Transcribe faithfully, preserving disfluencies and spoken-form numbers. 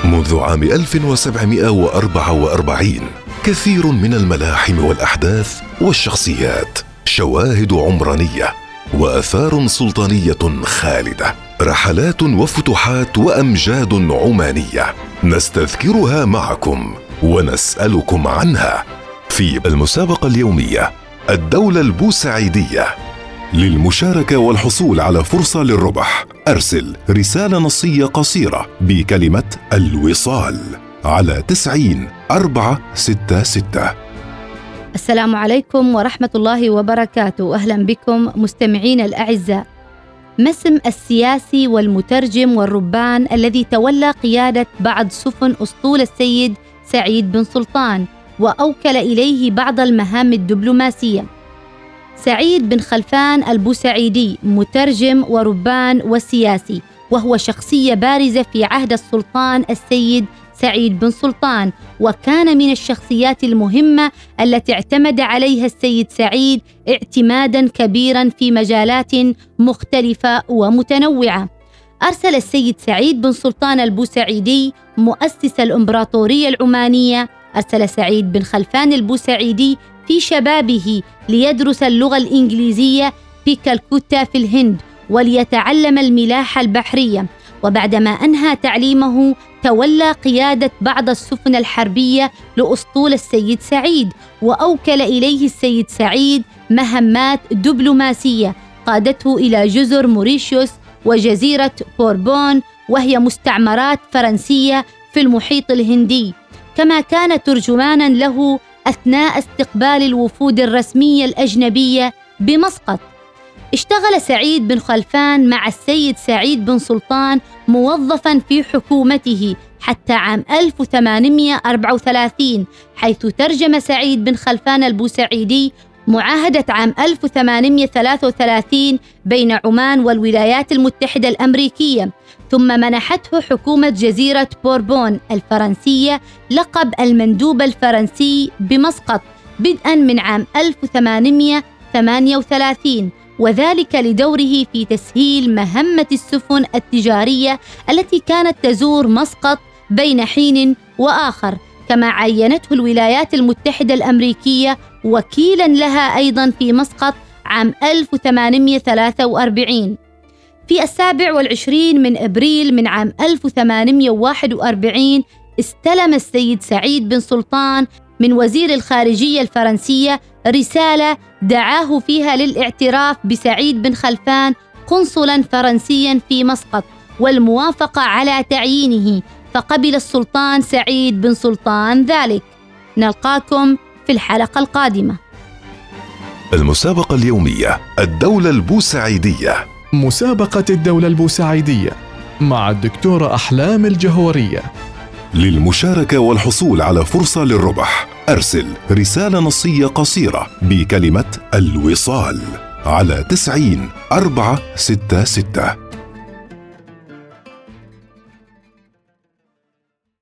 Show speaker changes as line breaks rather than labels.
منذ عام ألف وسبعمائة وأربعة وأربعين كثير من الملاحم والأحداث والشخصيات، شواهد عمرانية وآثار سلطانية خالدة، رحلات وفتوحات وأمجاد عمانية نستذكرها معكم ونسألكم عنها في المسابقة اليومية الدولة البوسعيدية. للمشاركة والحصول على فرصة للربح أرسل رسالة نصية قصيرة بكلمة الوصال على تسعين أربعة ستة ستة.
السلام عليكم ورحمة الله وبركاته. أهلا بكم مستمعين الأعزاء. ما اسم السياسي والمترجم والربان الذي تولى قيادة بعض سفن أسطول السيد سعيد بن سلطان وأوكل إليه بعض المهام الدبلوماسية؟ سعيد بن خلفان البوسعيدي، مترجم وربان وسياسي، وهو شخصية بارزة في عهد السلطان السيد سعيد بن سلطان، وكان من الشخصيات المهمة التي اعتمد عليها السيد سعيد اعتمادا كبيرا في مجالات مختلفة ومتنوعة. أرسل السيد سعيد بن سلطان البوسعيدي مؤسس الإمبراطورية العمانية، أرسل سعيد بن خلفان البوسعيدي في شبابه ليدرس اللغة الإنجليزية في كالكوتا في الهند وليتعلم الملاحة البحرية، وبعدما أنهى تعليمه تولى قيادة بعض السفن الحربية لأسطول السيد سعيد، وأوكل إليه السيد سعيد مهمات دبلوماسية قادته إلى جزر موريشيوس وجزيرة بوربون، وهي مستعمرات فرنسية في المحيط الهندي، كما كان ترجمانا له أثناء استقبال الوفود الرسمية الأجنبية بمسقط. اشتغل سعيد بن خلفان مع السيد سعيد بن سلطان موظفا في حكومته حتى عام ألف وثمانمائة وأربعة وثلاثين، حيث ترجم سعيد بن خلفان البوسعيدي معاهدة عام ألف وثمانمائة وثلاثة وثلاثين بين عمان والولايات المتحدة الأمريكية، ثم منحته حكومة جزيرة بوربون الفرنسية لقب المندوب الفرنسي بمسقط بدءا من عام ألف وثمانمائة وثمانية وثلاثين، وذلك لدوره في تسهيل مهمة السفن التجارية التي كانت تزور مسقط بين حين وآخر، كما عينته الولايات المتحدة الأمريكية وكيلا لها أيضا في مسقط عام ألف وثمانمائة وثلاثة وأربعين. في السابع والعشرين من أبريل من عام ألف وثمانمائة وواحد وأربعين استلم السيد سعيد بن سلطان من وزير الخارجية الفرنسية رسالة دعاه فيها للاعتراف بسعيد بن خلفان قنصلا فرنسيا في مسقط والموافقة على تعيينه، فقبل السلطان سعيد بن سلطان ذلك. نلقاكم في الحلقة القادمة.
المسابقة اليومية الدولة البوسعيدية.
مسابقة الدولة البوسعيدية مع الدكتورة أحلام الجهورية.
للمشاركة والحصول على فرصة للربح أرسل رسالة نصية قصيرة بكلمة الوصال على تسعين أربعة ستة ستة.